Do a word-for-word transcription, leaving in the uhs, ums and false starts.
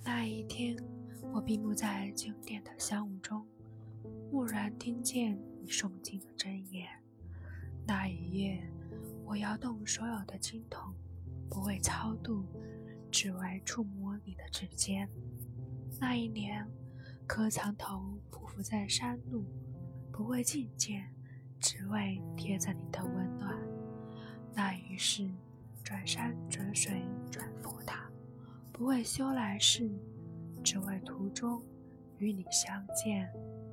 那一天，我闭目在经典的香雾中，蓦然听见你诵经的真言。那一夜，我摇动所有的经筒，不为超度，只为触摸你的指尖。那一年，磕长头匍匐在山路，不为觐见，只为贴着你的温暖。那一世，转山转水转佛塔，不为修来世，只为途中与你相见。